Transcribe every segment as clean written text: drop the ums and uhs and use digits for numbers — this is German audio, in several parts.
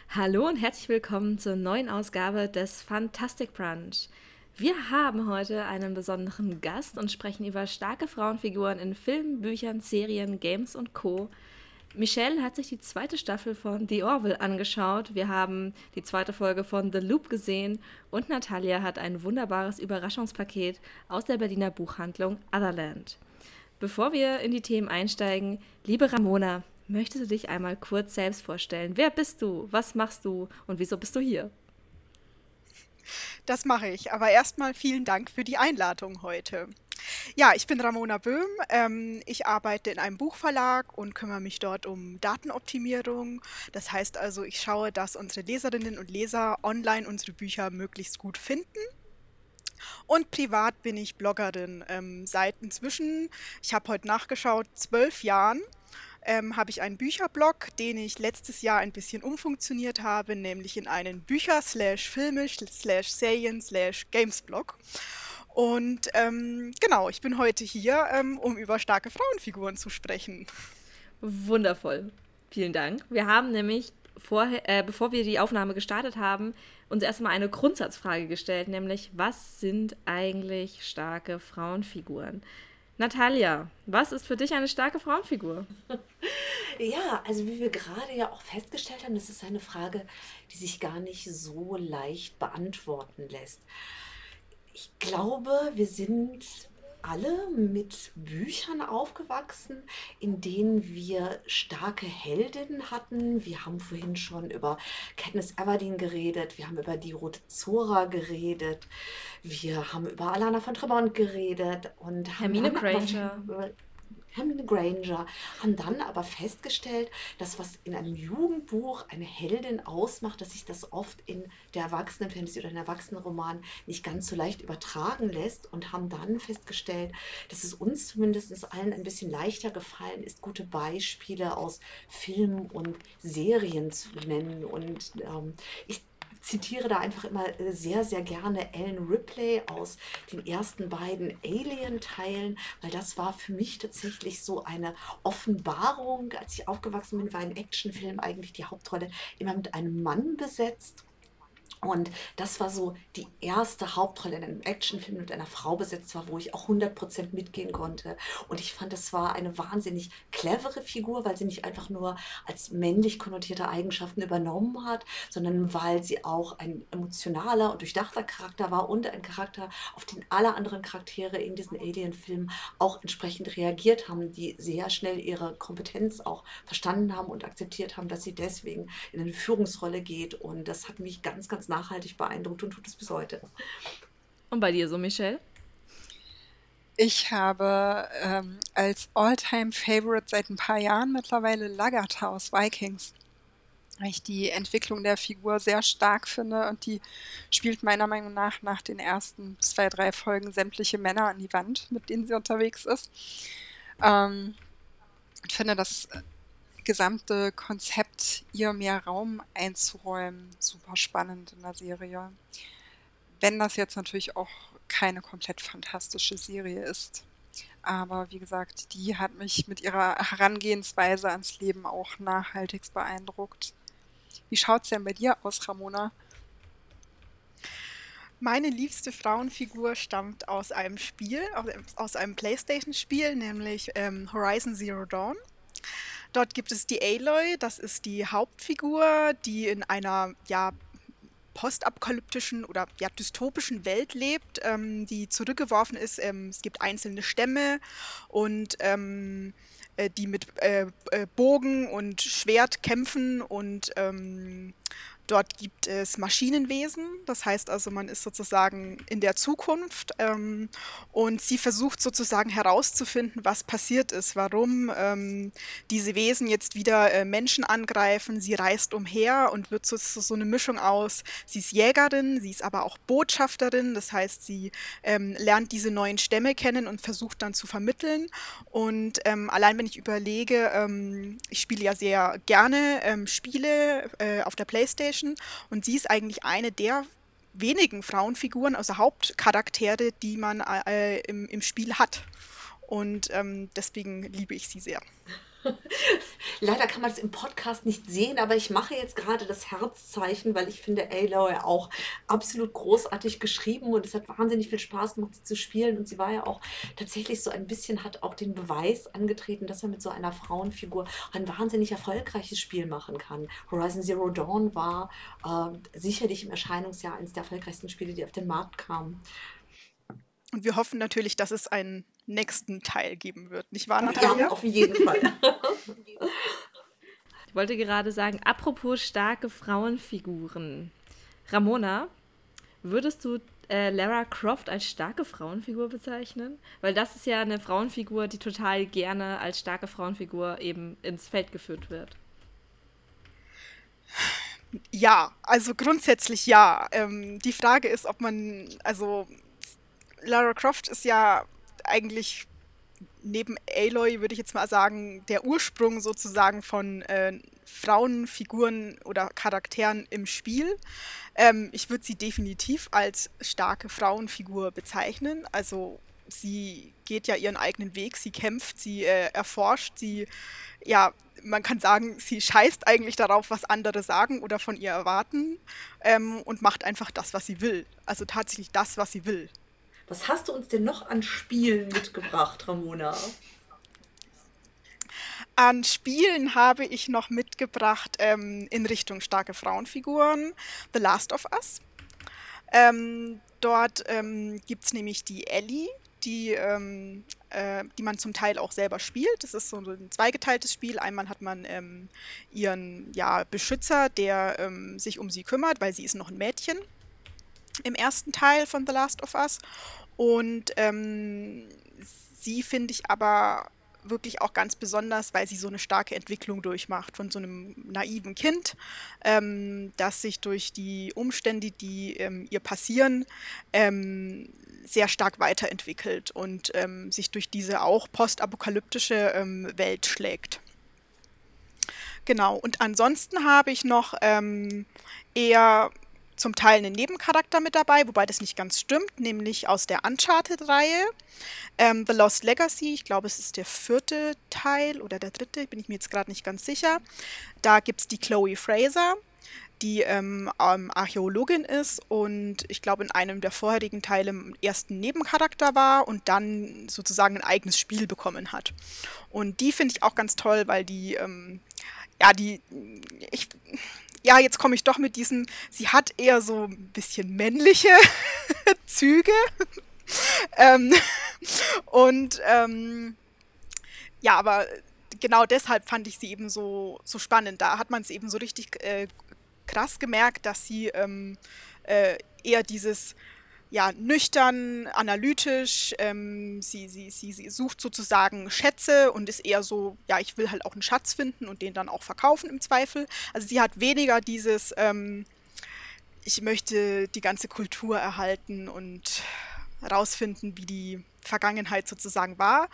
Hallo und herzlich willkommen zur neuen Ausgabe des Fantastic Brunch. Wir haben heute einen besonderen Gast und sprechen über starke Frauenfiguren in Filmen, Büchern, Serien, Games und Co. Michelle hat sich die zweite Staffel von The Orville angeschaut. Wir haben die zweite Folge von The Loop gesehen und Natalia hat ein wunderbares Überraschungspaket aus der Berliner Buchhandlung Otherland. Bevor wir in die Themen einsteigen, liebe Ramona, möchtest du dich einmal kurz selbst vorstellen? Wer bist du? Was machst du? Und wieso bist du hier? Das mache ich. Aber erstmal vielen Dank für die Einladung heute. Ja, ich bin Ramona Böhm. Ich arbeite in einem Buchverlag und kümmere mich dort um Datenoptimierung. Das heißt also, ich schaue, dass unsere Leserinnen und Leser online unsere Bücher möglichst gut finden. Und privat bin ich Bloggerin. Seit inzwischen, ich habe heute nachgeschaut, 12 Jahren habe ich einen Bücherblog, den ich letztes Jahr ein bisschen umfunktioniert habe, nämlich in einen Bücher/Filme/Serien/Games-Blog. Und genau, ich bin heute hier, um über starke Frauenfiguren zu sprechen. Wundervoll. Vielen Dank. Wir haben nämlich bevor wir die Aufnahme gestartet haben, uns erstmal eine Grundsatzfrage gestellt, nämlich was sind eigentlich starke Frauenfiguren? Natalia, was ist für dich eine starke Frauenfigur? Ja, also wie wir gerade ja auch festgestellt haben, das ist eine Frage, die sich gar nicht so leicht beantworten lässt. Ich glaube, wir sind alle mit Büchern aufgewachsen, in denen wir starke Heldinnen hatten. Wir haben vorhin schon über Katniss Everdeen geredet, wir haben über die Rote Zora geredet, wir haben über Alana von Tremont geredet und Hermine haben aber Granger. über Hermine Granger, haben dann aber festgestellt, dass was in einem Jugendbuch eine Heldin ausmacht, dass sich das oft in der Erwachsenenfantasy oder in Erwachsenenroman nicht ganz so leicht übertragen lässt und haben dann festgestellt, dass es uns zumindest allen ein bisschen leichter gefallen ist, gute Beispiele aus Filmen und Serien zu nennen. Und ich zitiere da einfach immer sehr, sehr gerne Ellen Ripley aus den ersten beiden Alien-Teilen, weil das war für mich tatsächlich so eine Offenbarung. Als ich aufgewachsen bin, war in Actionfilmen eigentlich die Hauptrolle immer mit einem Mann besetzt. Und das war so die erste Hauptrolle in einem Actionfilm mit einer Frau besetzt war, wo ich auch 100% mitgehen konnte. Und ich fand, das war eine wahnsinnig clevere Figur, weil sie nicht einfach nur als männlich konnotierte Eigenschaften übernommen hat, sondern weil sie auch ein emotionaler und durchdachter Charakter war und ein Charakter, auf den alle anderen Charaktere in diesen Alien-Filmen auch entsprechend reagiert haben, die sehr schnell ihre Kompetenz auch verstanden haben und akzeptiert haben, dass sie deswegen in eine Führungsrolle geht. Und das hat mich ganz, ganz nachhaltig beeindruckt und tut es bis heute. Und bei dir so, Michelle? Ich habe als All-Time-Favorite seit ein paar Jahren mittlerweile Lagertha aus Vikings, weil ich die Entwicklung der Figur sehr stark finde und die spielt meiner Meinung nach den ersten 2, 3 Folgen sämtliche Männer an die Wand, mit denen sie unterwegs ist. Ähm, ich finde das gesamte Konzept, ihr mehr Raum einzuräumen, super spannend in der Serie. Wenn das jetzt natürlich auch keine komplett fantastische Serie ist. Aber wie gesagt, die hat mich mit ihrer Herangehensweise ans Leben auch nachhaltig beeindruckt. Wie schaut's denn bei dir aus, Ramona? Meine liebste Frauenfigur stammt aus einem Spiel, aus einem PlayStation-Spiel, nämlich Horizon Zero Dawn. Dort gibt es die Aloy, das ist die Hauptfigur, die in einer postapokalyptischen oder dystopischen Welt lebt, die zurückgeworfen ist. Es gibt einzelne Stämme und die mit Bogen und Schwert kämpfen und dort gibt es Maschinenwesen, das heißt also, man ist sozusagen in der Zukunft und sie versucht sozusagen herauszufinden, was passiert ist, warum diese Wesen jetzt wieder Menschen angreifen. Sie reist umher und wird so eine Mischung aus, sie ist Jägerin, sie ist aber auch Botschafterin, das heißt, sie lernt diese neuen Stämme kennen und versucht dann zu vermitteln. Und allein wenn ich überlege, ich spiele ja sehr gerne Spiele auf der Playstation und sie ist eigentlich eine der wenigen Frauenfiguren, also Hauptcharaktere, die man im Spiel hat. Und deswegen liebe ich sie sehr. Leider kann man das im Podcast nicht sehen, aber ich mache jetzt gerade das Herzzeichen, weil ich finde Aloy auch absolut großartig geschrieben und es hat wahnsinnig viel Spaß gemacht, sie zu spielen. Und sie war ja auch tatsächlich so ein bisschen, hat auch den Beweis angetreten, dass man mit so einer Frauenfigur ein wahnsinnig erfolgreiches Spiel machen kann. Horizon Zero Dawn war sicherlich im Erscheinungsjahr eines der erfolgreichsten Spiele, die auf den Markt kamen. Und wir hoffen natürlich, dass es einen nächsten Teil geben wird, nicht wahr, Natalia? Ja, auf jeden Fall. Ich wollte gerade sagen, apropos starke Frauenfiguren. Ramona, würdest du Lara Croft als starke Frauenfigur bezeichnen? Weil das ist ja eine Frauenfigur, die total gerne als starke Frauenfigur eben ins Feld geführt wird. Ja, also grundsätzlich ja. Die Frage ist, ob man, also Lara Croft ist ja eigentlich neben Aloy, würde ich jetzt mal sagen, der Ursprung sozusagen von Frauenfiguren oder Charakteren im Spiel. Ich würde sie definitiv als starke Frauenfigur bezeichnen. Also sie geht ja ihren eigenen Weg, sie kämpft, sie erforscht, sie, ja, man kann sagen, sie scheißt eigentlich darauf, was andere sagen oder von ihr erwarten und macht einfach das, was sie will. Also tatsächlich das, was sie will. Was hast du uns denn noch an Spielen mitgebracht, Ramona? An Spielen habe ich noch mitgebracht in Richtung starke Frauenfiguren The Last of Us. Dort gibt es nämlich die Ellie, die man zum Teil auch selber spielt. Das ist so ein zweigeteiltes Spiel. Einmal hat man ihren Beschützer, der sich um sie kümmert, weil sie ist noch ein Mädchen im ersten Teil von The Last of Us. Und sie finde ich aber wirklich auch ganz besonders, weil sie so eine starke Entwicklung durchmacht von so einem naiven Kind, das sich durch die Umstände, die ihr passieren, sehr stark weiterentwickelt und sich durch diese auch postapokalyptische Welt schlägt. Genau, und ansonsten habe ich noch eher zum Teil einen Nebencharakter mit dabei, wobei das nicht ganz stimmt, nämlich aus der Uncharted-Reihe. The Lost Legacy, ich glaube, es ist der 4. Teil oder der 3., bin ich mir jetzt gerade nicht ganz sicher. Da gibt es die Chloe Fraser, die Archäologin ist und ich glaube in einem der vorherigen Teile im ersten Nebencharakter war und dann sozusagen ein eigenes Spiel bekommen hat. Und die finde ich auch ganz toll, weil die, jetzt komme ich doch mit diesem, sie hat eher so ein bisschen männliche Züge. Aber genau deshalb fand ich sie eben so spannend. Da hat man es eben so richtig krass gemerkt, dass sie eher dieses nüchtern, analytisch, sie sucht sozusagen Schätze und ist eher so, ich will halt auch einen Schatz finden und den dann auch verkaufen im Zweifel. Also sie hat weniger dieses, ich möchte die ganze Kultur erhalten und rausfinden, wie die Vergangenheit sozusagen war.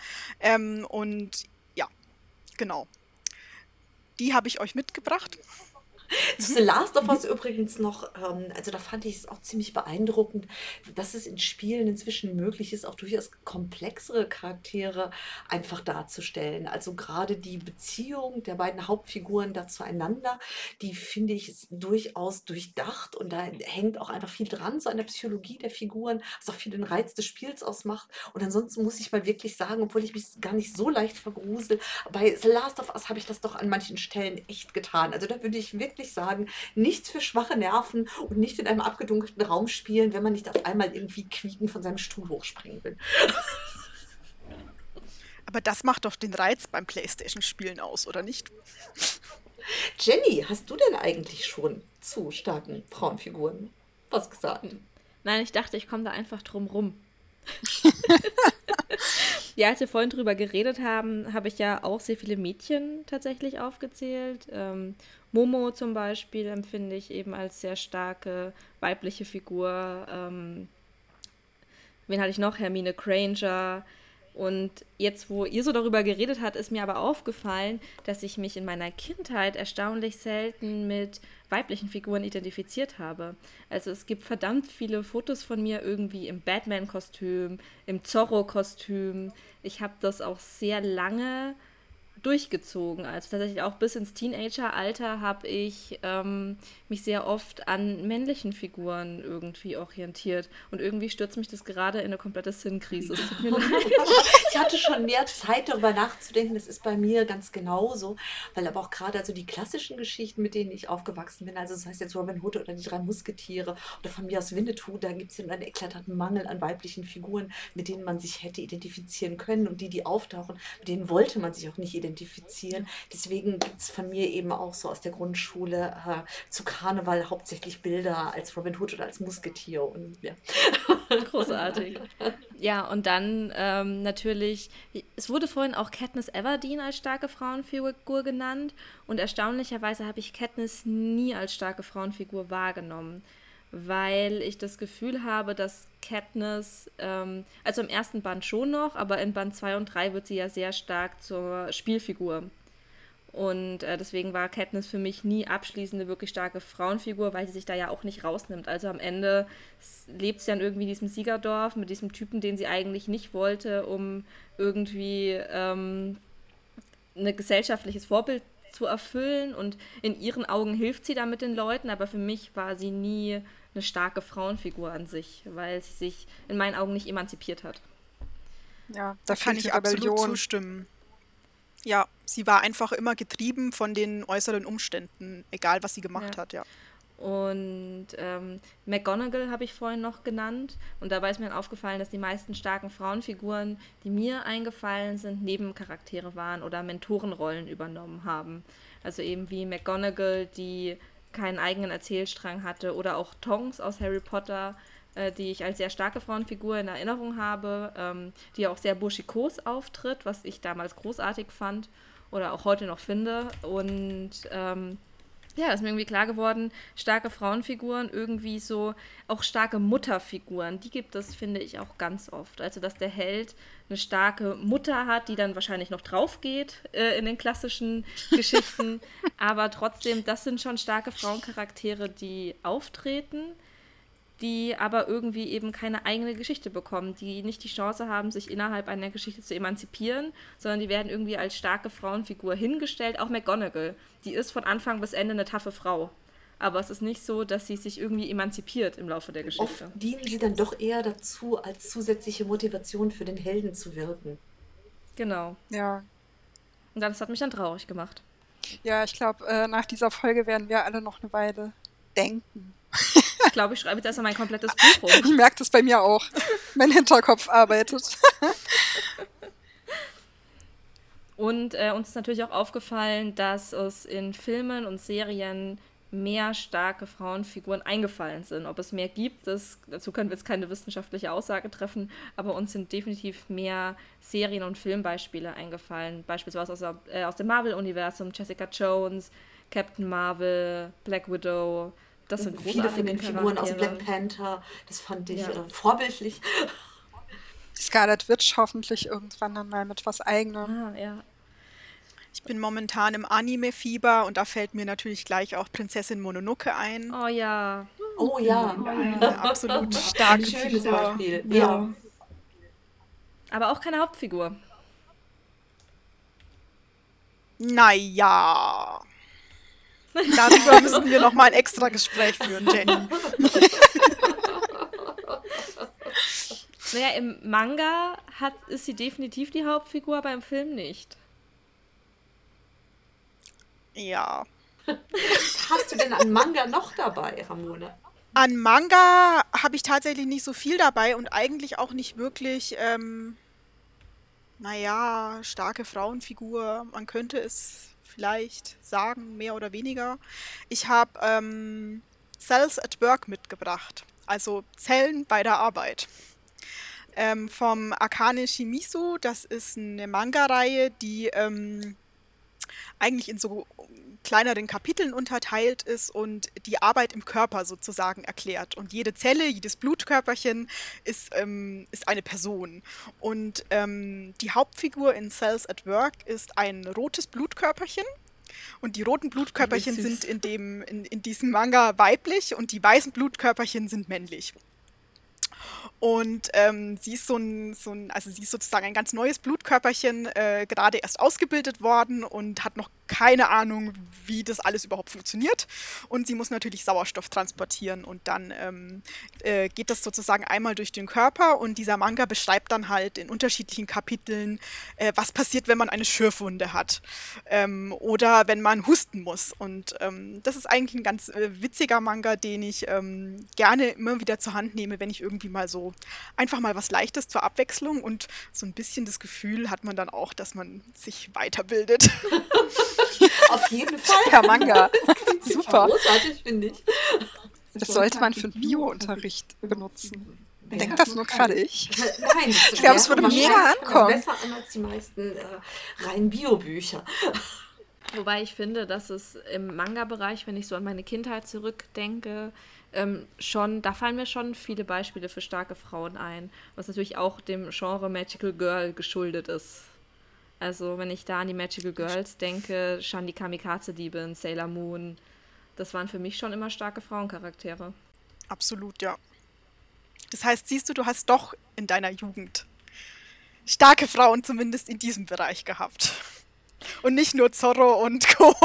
Genau. Die habe ich euch mitgebracht. Zu The Last of Us übrigens noch, also da fand ich es auch ziemlich beeindruckend, dass es in Spielen inzwischen möglich ist, auch durchaus komplexere Charaktere einfach darzustellen. Also gerade die Beziehung der beiden Hauptfiguren da zueinander, die finde ich ist durchaus durchdacht und da hängt auch einfach viel dran, so an der Psychologie der Figuren, was auch viel den Reiz des Spiels ausmacht. Und ansonsten muss ich mal wirklich sagen, obwohl ich mich gar nicht so leicht vergrusel, bei The Last of Us habe ich das doch an manchen Stellen echt getan. Also da würde ich wirklich sagen, nichts für schwache Nerven und nicht in einem abgedunkelten Raum spielen, wenn man nicht auf einmal irgendwie quiekend von seinem Stuhl hochspringen will. Aber das macht doch den Reiz beim PlayStation-Spielen aus, oder nicht? Jenny, hast du denn eigentlich schon zu starken Frauenfiguren was gesagt? Nein, ich dachte, ich komme da einfach drum rum. Ja, als wir vorhin drüber geredet haben, habe ich ja auch sehr viele Mädchen tatsächlich aufgezählt. Momo zum Beispiel empfinde ich eben als sehr starke weibliche Figur. Wen hatte ich noch? Hermine Granger. Und jetzt, wo ihr so darüber geredet habt, ist mir aber aufgefallen, dass ich mich in meiner Kindheit erstaunlich selten mit weiblichen Figuren identifiziert habe. Also es gibt verdammt viele Fotos von mir irgendwie im Batman-Kostüm, im Zorro-Kostüm. Ich habe das auch sehr lange durchgezogen. Also tatsächlich auch bis ins Teenageralter habe ich mich sehr oft an männlichen Figuren irgendwie orientiert. Und irgendwie stürzt mich das gerade in eine komplette Sinnkrise. Es tut mir leid. Ich hatte schon mehr Zeit, darüber nachzudenken. Das ist bei mir ganz genauso. Weil aber auch gerade also die klassischen Geschichten, mit denen ich aufgewachsen bin, also das heißt jetzt Robin Hood oder die drei Musketiere oder von mir aus Winnetou, da gibt es ja einen eklatanten Mangel an weiblichen Figuren, mit denen man sich hätte identifizieren können. Und die auftauchen, mit denen wollte man sich auch nicht identifizieren. Deswegen gibt es von mir eben auch so aus der Grundschule zu Karneval hauptsächlich Bilder als Robin Hood oder als Musketier. Und ja. Großartig. Ja, und dann natürlich, es wurde vorhin auch Katniss Everdeen als starke Frauenfigur genannt und erstaunlicherweise habe ich Katniss nie als starke Frauenfigur wahrgenommen, weil ich das Gefühl habe, dass Katniss, also im ersten Band schon noch, aber in Band 2 und 3 wird sie ja sehr stark zur Spielfigur. Und deswegen war Katniss für mich nie abschließende, wirklich starke Frauenfigur, weil sie sich da ja auch nicht rausnimmt. Also am Ende lebt sie dann irgendwie in diesem Siegerdorf mit diesem Typen, den sie eigentlich nicht wollte, um irgendwie ein gesellschaftliches Vorbild zu erfüllen. Und in ihren Augen hilft sie da mit den Leuten, aber für mich war sie nie eine starke Frauenfigur an sich, weil sie sich in meinen Augen nicht emanzipiert hat. Ja, da kann ich absolut zustimmen. Ja, sie war einfach immer getrieben von den äußeren Umständen, egal was sie gemacht hat, ja. Und McGonagall habe ich vorhin noch genannt. Und dabei ist mir dann aufgefallen, dass die meisten starken Frauenfiguren, die mir eingefallen sind, Nebencharaktere waren oder Mentorenrollen übernommen haben. Also eben wie McGonagall, die keinen eigenen Erzählstrang hatte, oder auch Tonks aus Harry Potter, die ich als sehr starke Frauenfigur in Erinnerung habe, die auch sehr burschikos auftritt, was ich damals großartig fand oder auch heute noch finde. Und ja, ist mir irgendwie klar geworden, starke Frauenfiguren, irgendwie so auch starke Mutterfiguren, die gibt es, finde ich, auch ganz oft. Also, dass der Held eine starke Mutter hat, die dann wahrscheinlich noch drauf geht in den klassischen Geschichten, aber trotzdem, das sind schon starke Frauencharaktere, die auftreten, die aber irgendwie eben keine eigene Geschichte bekommen, die nicht die Chance haben, sich innerhalb einer Geschichte zu emanzipieren, sondern die werden irgendwie als starke Frauenfigur hingestellt. Auch McGonagall, die ist von Anfang bis Ende eine taffe Frau. Aber es ist nicht so, dass sie sich irgendwie emanzipiert im Laufe der Geschichte. Oft dienen sie dann doch eher dazu, als zusätzliche Motivation für den Helden zu wirken. Genau. Ja. Und das hat mich dann traurig gemacht. Ja, ich glaube, nach dieser Folge werden wir alle noch eine Weile denken. Ich glaube, ich schreibe jetzt erstmal mein komplettes Buch um. Ich merke das bei mir auch. Mein Hinterkopf arbeitet. Und uns ist natürlich auch aufgefallen, dass es in Filmen und Serien mehr starke Frauenfiguren eingefallen sind. Ob es mehr gibt, dazu können wir jetzt keine wissenschaftliche Aussage treffen, aber uns sind definitiv mehr Serien- und Filmbeispiele eingefallen. Beispielsweise aus dem Marvel-Universum, Jessica Jones, Captain Marvel, Black Widow. Das sind viele von den Figuren aus Black Panther, das fand ich vorbildlich. Scarlet Witch hoffentlich irgendwann dann mal mit was Eigenem. Ah, ja. Ich bin momentan im Anime-Fieber und da fällt mir natürlich gleich auch Prinzessin Mononoke ein. Oh ja. Oh ja. Eine absolut starke Schönes Figur. Beispiel. Ja. Aber auch keine Hauptfigur. Naja. Darüber müssen wir noch mal ein extra Gespräch führen, Jenny. Naja, im Manga ist sie definitiv die Hauptfigur, aber im Film nicht. Ja. Was hast du denn an Manga noch dabei, Ramona? An Manga habe ich tatsächlich nicht so viel dabei und eigentlich auch nicht wirklich, starke Frauenfigur. Man könnte es vielleicht sagen, mehr oder weniger. Ich habe Cells at Work mitgebracht, also Zellen bei der Arbeit. Vom Akane Shimizu, das ist eine Manga-Reihe, die eigentlich in so kleineren Kapiteln unterteilt ist und die Arbeit im Körper sozusagen erklärt. Und jede Zelle, jedes Blutkörperchen ist eine Person. Und die Hauptfigur in Cells at Work ist ein rotes Blutkörperchen. Und die roten Blutkörperchen sind in diesem Manga weiblich und die weißen Blutkörperchen sind männlich. Und sie ist also sie ist sozusagen ein ganz neues Blutkörperchen, gerade erst ausgebildet worden und hat noch keine Ahnung, wie das alles überhaupt funktioniert. Und sie muss natürlich Sauerstoff transportieren und dann geht das sozusagen einmal durch den Körper und dieser Manga beschreibt dann halt in unterschiedlichen Kapiteln, was passiert, wenn man eine Schürfwunde hat oder wenn man husten muss. Und das ist eigentlich ein ganz witziger Manga, den ich gerne immer wieder zur Hand nehme, wenn ich irgendwie mal so einfach mal was Leichtes zur Abwechslung und so ein bisschen das Gefühl hat man dann auch, dass man sich weiterbildet. Auf jeden Fall. Per Manga. Das klingt Super. großartig, finde ich. Das sollte man für den Bio-Unterricht benutzen. Ja. Denkt das nur gerade ich? Nein, Ich glaube, es würde mega ankommen. besser an als die meisten rein Bio-Bücher. Wobei ich finde, dass es im Manga-Bereich, wenn ich so an meine Kindheit zurückdenke, da fallen mir schon viele Beispiele für starke Frauen ein, was natürlich auch dem Genre Magical Girl geschuldet ist. Also wenn ich da an die Magical Girls denke, schon die Kamikaze-Diebin, Sailor Moon, das waren für mich schon immer starke Frauencharaktere. Absolut, ja. Das heißt, siehst du, du hast doch in deiner Jugend starke Frauen zumindest in diesem Bereich gehabt. Und nicht nur Zorro und Co.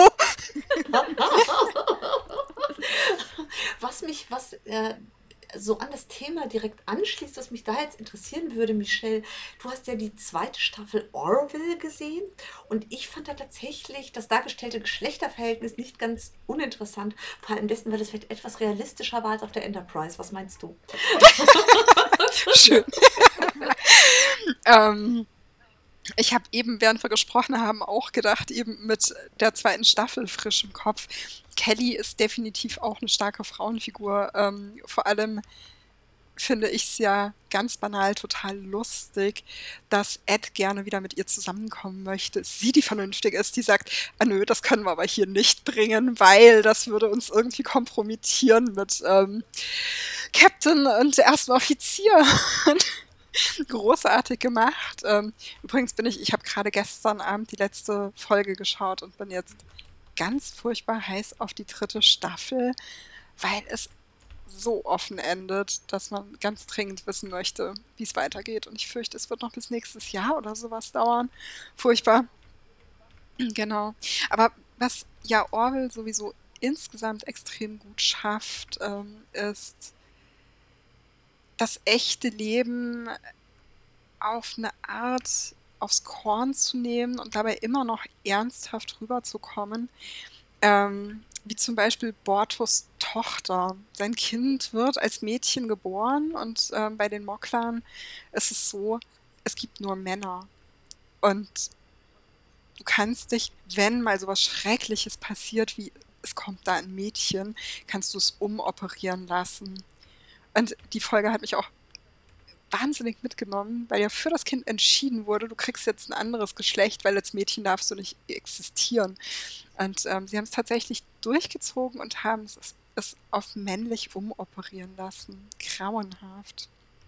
Was so an das Thema direkt anschließt, was mich da jetzt interessieren würde, Michelle, du hast ja die zweite Staffel Orville gesehen und ich fand da tatsächlich das dargestellte Geschlechterverhältnis nicht ganz uninteressant, vor allem dessen, weil es vielleicht etwas realistischer war als auf der Enterprise. Was meinst du? Schön. Ich habe eben, während wir gesprochen haben, auch gedacht, eben mit der zweiten Staffel frisch im Kopf. Kelly ist definitiv auch eine starke Frauenfigur. Vor allem finde ich es ja ganz banal total lustig, dass Ed gerne wieder mit ihr zusammenkommen möchte. Sie die Vernünftige ist, die sagt, nö, das können wir aber hier nicht bringen, weil das würde uns irgendwie kompromittieren mit Captain und ersten Offizier. Großartig gemacht. Übrigens ich habe gerade gestern Abend die letzte Folge geschaut und bin jetzt ganz furchtbar heiß auf die dritte Staffel, weil es so offen endet, dass man ganz dringend wissen möchte, wie es weitergeht. Und ich fürchte, es wird noch bis nächstes Jahr oder sowas dauern. Furchtbar. Genau. Aber was ja Orwell sowieso insgesamt extrem gut schafft, ist das echte Leben auf eine Art aufs Korn zu nehmen und dabei immer noch ernsthaft rüberzukommen. Wie zum Beispiel Bortos Tochter. Sein Kind wird als Mädchen geboren und bei den Moklan ist es so, es gibt nur Männer. Und du kannst dich, wenn mal sowas Schreckliches passiert, wie es kommt da ein Mädchen, kannst du es umoperieren lassen. Und die Folge hat mich auch wahnsinnig mitgenommen, weil ja für das Kind entschieden wurde, du kriegst jetzt ein anderes Geschlecht, weil als Mädchen darfst du nicht existieren. Und sie haben es tatsächlich durchgezogen und haben es auf männlich umoperieren lassen. Grauenhaft.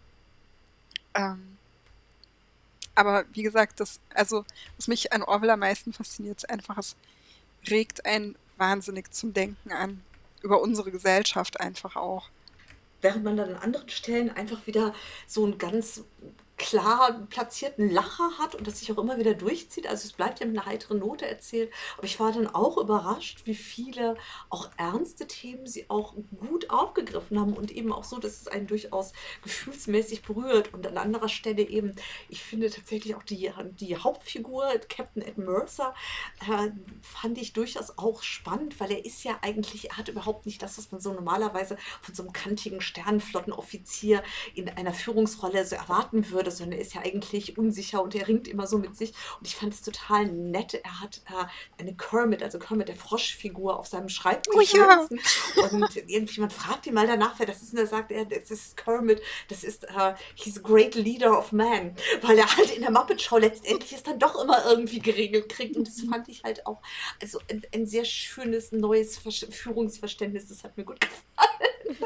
Aber wie gesagt, was mich an Orwell am meisten fasziniert, ist einfach, es regt einen wahnsinnig zum Denken an. Über unsere Gesellschaft einfach auch. Während man dann an anderen Stellen einfach wieder so einen ganz klar platzierten Lacher hat und das sich auch immer wieder durchzieht. Also es bleibt ja mit einer heiteren Note erzählt. Aber ich war dann auch überrascht, wie viele auch ernste Themen sie auch gut aufgegriffen haben und eben auch so, dass es einen durchaus gefühlsmäßig berührt. Und an anderer Stelle eben, ich finde tatsächlich auch die Hauptfigur, Captain Ed Mercer, fand ich durchaus auch spannend, weil er hat überhaupt nicht das, was man so normalerweise von so einem kantigen Sternenflottenoffizier in einer Führungsrolle so erwarten würde, sondern er ist ja eigentlich unsicher und er ringt immer so mit sich. Und ich fand es total nett. Er hat eine Kermit, der Froschfigur, auf seinem Schreibtisch sitzen. Und irgendjemand fragt ihn mal danach, wer das ist. Und er sagt, das ist Kermit, das ist he's a great leader of man. Weil er halt in der Muppet Show letztendlich es dann doch immer irgendwie geregelt kriegt. Und das fand ich halt auch ein sehr schönes, neues Führungsverständnis. Das hat mir gut gefallen.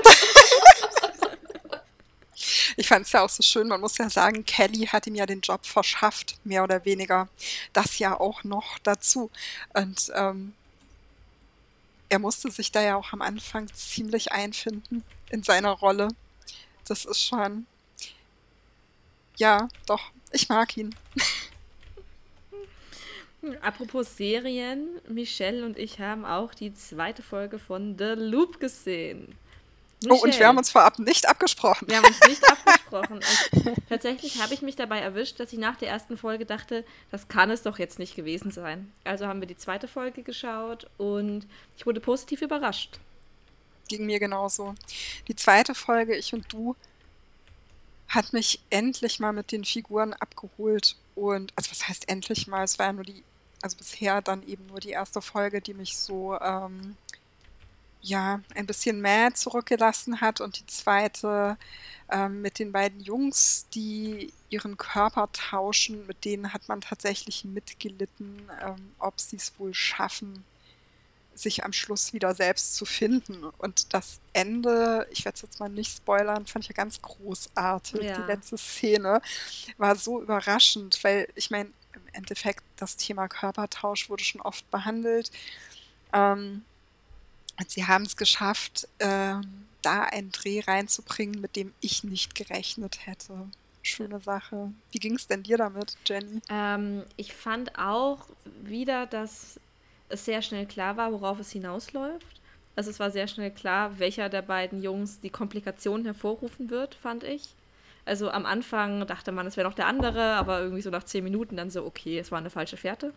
Ich fand es ja auch so schön, man muss ja sagen, Kelly hat ihm ja den Job verschafft, mehr oder weniger. Das ja auch noch dazu. Und er musste sich da ja auch am Anfang ziemlich einfinden in seiner Rolle. Das ist schon Ja, doch, ich mag ihn. Apropos Serien, Michelle und ich haben auch die zweite Folge von The Loop gesehen. Oh, und wir Michelle, haben uns vorab nicht abgesprochen. wir haben uns nicht abgesprochen. Und tatsächlich habe ich mich dabei erwischt, dass ich nach der ersten Folge dachte, das kann es doch jetzt nicht gewesen sein. Also haben wir die zweite Folge geschaut und ich wurde positiv überrascht. Ging mir genauso. Die zweite Folge, Ich und Du, hat mich endlich mal mit den Figuren abgeholt. Und, also was heißt endlich mal? Es war ja nur also bisher dann eben nur die erste Folge, die mich so, ja, ein bisschen mad zurückgelassen hat. Und die zweite mit den beiden Jungs, die ihren Körper tauschen, mit denen hat man tatsächlich mitgelitten, ob sie es wohl schaffen, sich am Schluss wieder selbst zu finden. Und das Ende, ich werde es jetzt mal nicht spoilern, fand ich ja ganz großartig. Die Ja. letzte Szene war so überraschend, weil ich meine, im Endeffekt das Thema Körpertausch wurde schon oft behandelt. Und sie haben es geschafft, da einen Dreh reinzubringen, mit dem ich nicht gerechnet hätte. Schöne Sache. Wie ging es denn dir damit, Jenny? Ich fand auch wieder, dass es sehr schnell klar war, worauf es hinausläuft. Also es war sehr schnell klar, welcher der beiden Jungs die Komplikationen hervorrufen wird, fand ich. Also am Anfang dachte man, es wäre noch der andere, aber irgendwie so nach 10 Minuten dann so, okay, es war eine falsche Fährte.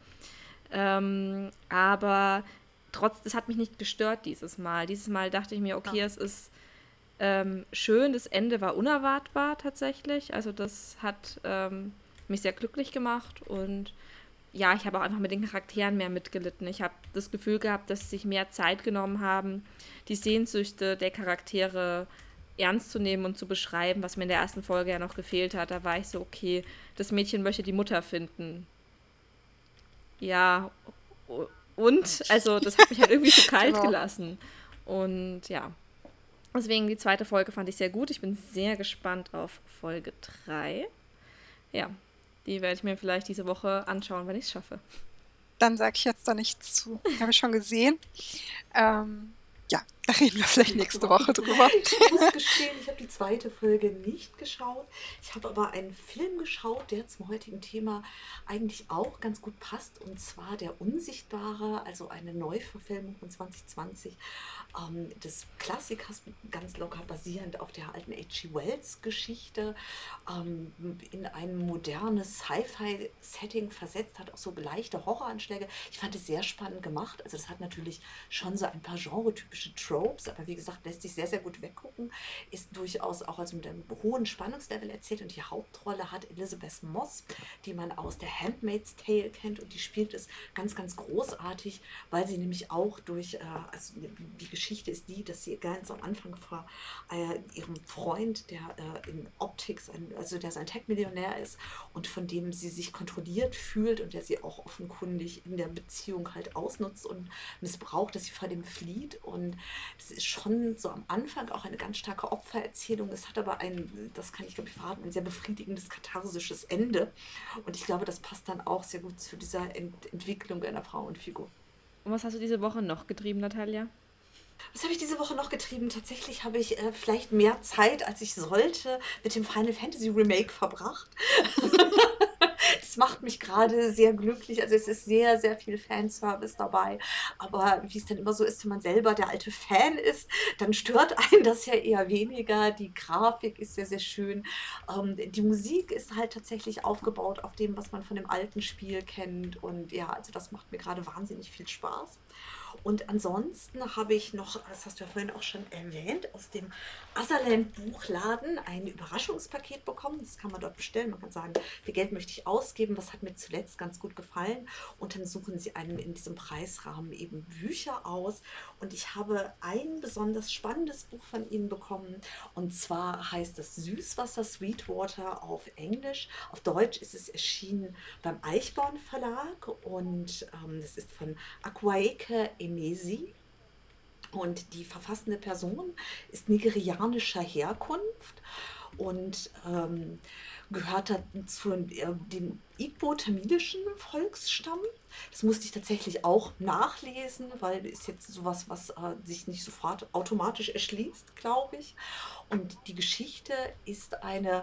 Aber es hat mich nicht gestört dieses Mal. Dieses Mal dachte ich mir, okay, es ist schön, das Ende war unerwartbar tatsächlich. Also das hat mich sehr glücklich gemacht und ja, ich habe auch einfach mit den Charakteren mehr mitgelitten. Ich habe das Gefühl gehabt, dass sie sich mehr Zeit genommen haben, die Sehnsüchte der Charaktere ernst zu nehmen und zu beschreiben, was mir in der ersten Folge ja noch gefehlt hat. Da war ich so, okay, das Mädchen möchte die Mutter finden. Ja, und? Also, das hat mich halt irgendwie so kalt Genau. gelassen. Und ja, deswegen die zweite Folge fand ich sehr gut. Ich bin sehr gespannt auf Folge 3. Ja, die werde ich mir vielleicht diese Woche anschauen, wenn ich es schaffe. Dann sage ich jetzt da nichts zu. Habe ich schon gesehen. Ja, da reden wir vielleicht nächste Woche drüber. Ich muss gestehen, ich habe die zweite Folge nicht geschaut. Ich habe aber einen Film geschaut, der zum heutigen Thema eigentlich auch ganz gut passt. Und zwar Der Unsichtbare, also eine Neuverfilmung von 2020 des Klassikers, ganz locker basierend auf der alten H.G. Wells-Geschichte, in ein modernes Sci-Fi-Setting versetzt, hat auch so leichte Horroranschläge. Ich fand es sehr spannend gemacht. Also das hat natürlich schon so ein paar genretypische Tropes, aber wie gesagt, lässt sich sehr, sehr gut weggucken. Ist durchaus auch also mit einem hohen Spannungslevel erzählt und die Hauptrolle hat Elizabeth Moss, die man aus der Handmaid's Tale kennt und die spielt es ganz, ganz großartig, weil sie nämlich auch durch, also die Geschichte ist die, dass sie ganz am Anfang vor ihrem Freund, der in Optics, also der sein Tech-Millionär ist und von dem sie sich kontrolliert fühlt und der sie auch offenkundig in der Beziehung halt ausnutzt und missbraucht, dass sie vor dem flieht. Und das ist schon so am Anfang auch eine ganz starke Opfererzählung. Es hat aber das kann ich glaube ich verraten, ein sehr befriedigendes katharsisches Ende. Und ich glaube, das passt dann auch sehr gut zu dieser Entwicklung einer Frauenfigur. Und was hast du diese Woche noch getrieben, Natalia? Was habe ich diese Woche noch getrieben? Tatsächlich habe ich vielleicht mehr Zeit, als ich sollte, mit dem Final Fantasy Remake verbracht. Das macht mich gerade sehr glücklich. Also es ist sehr, sehr viel Fanservice dabei. Aber wie es dann immer so ist, wenn man selber der alte Fan ist, dann stört einen das ja eher weniger. Die Grafik ist sehr, sehr schön. Die Musik ist halt tatsächlich aufgebaut auf dem, was man von dem alten Spiel kennt. Und ja, also das macht mir gerade wahnsinnig viel Spaß. Und ansonsten habe ich noch, das hast du ja vorhin auch schon erwähnt, aus dem Azerland Buchladen ein Überraschungspaket bekommen. Das kann man dort bestellen. Man kann sagen, wie viel Geld möchte ich ausgeben, was hat mir zuletzt ganz gut gefallen. Und dann suchen sie einen in diesem Preisrahmen eben Bücher aus. Und ich habe ein besonders spannendes Buch von ihnen bekommen. Und zwar heißt es Süßwasser, Sweetwater auf Englisch. Auf Deutsch ist es erschienen beim Eichborn Verlag. Und das ist von Akwaeke Emesi. Und die verfassende Person ist nigerianischer Herkunft und gehört zu dem igbo-tamilischen Volksstamm. Das musste ich tatsächlich auch nachlesen, weil ist jetzt sowas, was sich nicht sofort automatisch erschließt, glaube ich. Und die Geschichte ist eine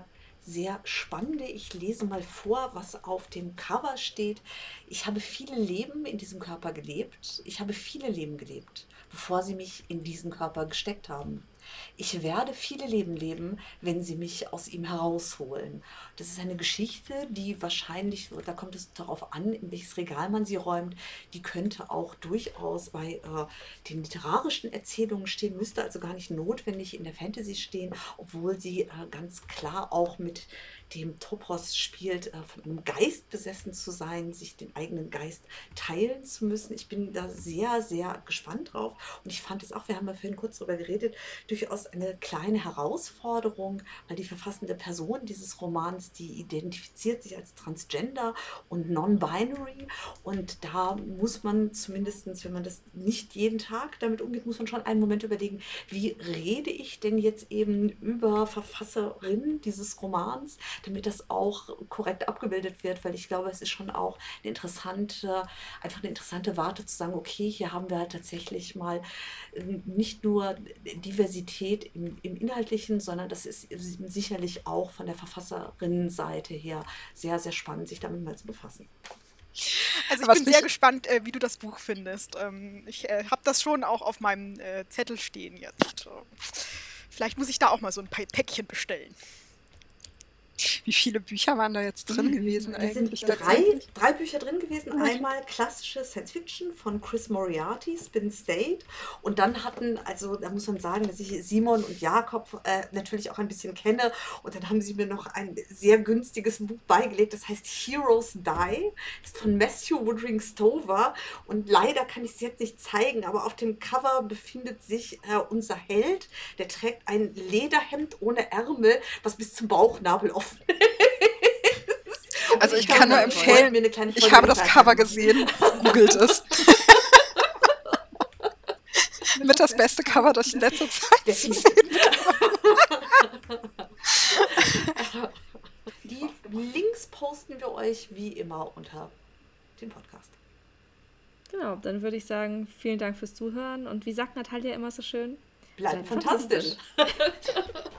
sehr spannende. Ich lese mal vor, was auf dem Cover steht. Ich habe viele Leben in diesem Körper gelebt. Ich habe viele Leben gelebt, bevor sie mich in diesen Körper gesteckt haben. Ich werde viele Leben leben, wenn sie mich aus ihm herausholen. Das ist eine Geschichte, die wahrscheinlich, da kommt es darauf an, in welches Regal man sie räumt, die könnte auch durchaus bei den literarischen Erzählungen stehen, müsste also gar nicht notwendig in der Fantasy stehen, obwohl sie ganz klar auch mit dem Topos spielt, von einem Geist besessen zu sein, sich den eigenen Geist teilen zu müssen. Ich bin da sehr, sehr gespannt drauf und ich fand es auch, wir haben ja vorhin kurz darüber geredet, durchaus eine kleine Herausforderung, weil die verfassende Person dieses Romans, die identifiziert sich als Transgender und Non-Binary und da muss man zumindest, wenn man das nicht jeden Tag damit umgeht, muss man schon einen Moment überlegen, wie rede ich denn jetzt eben über Verfasserin dieses Romans, damit das auch korrekt abgebildet wird, weil ich glaube, es ist schon auch einfach eine interessante Warte zu sagen, okay, hier haben wir halt tatsächlich mal nicht nur Diversität im Inhaltlichen, sondern das ist sicherlich auch von der Verfasserinnenseite her sehr, sehr spannend, sich damit mal zu befassen. Also ich bin sehr gespannt, wie du das Buch findest. Ich habe das schon auch auf meinem Zettel stehen jetzt. Vielleicht muss ich da auch mal so ein Päckchen bestellen. Wie viele Bücher waren da jetzt drin gewesen eigentlich? Es sind drei Bücher drin gewesen. Einmal klassische Science Fiction von Chris Moriarty, Spin State. Und dann da muss man sagen, dass ich Simon und Jakob natürlich auch ein bisschen kenne. Und dann haben sie mir noch ein sehr günstiges Buch beigelegt, das heißt Heroes Die. Das ist von Matthew Woodring Stover. Und leider kann ich es jetzt nicht zeigen, aber auf dem Cover befindet sich unser Held. Der trägt ein Lederhemd ohne Ärmel, was bis zum Bauchnabel offen ist. Also ich kann nur empfehlen, ich habe das Cover gesehen, googelt es. Mit das beste Cover, das ich in letzter Zeit gesehen habe. Die Links posten wir euch wie immer unter dem Podcast. Genau, dann würde ich sagen, vielen Dank fürs Zuhören und wie sagt Natalia immer so schön? Bleibt fantastisch.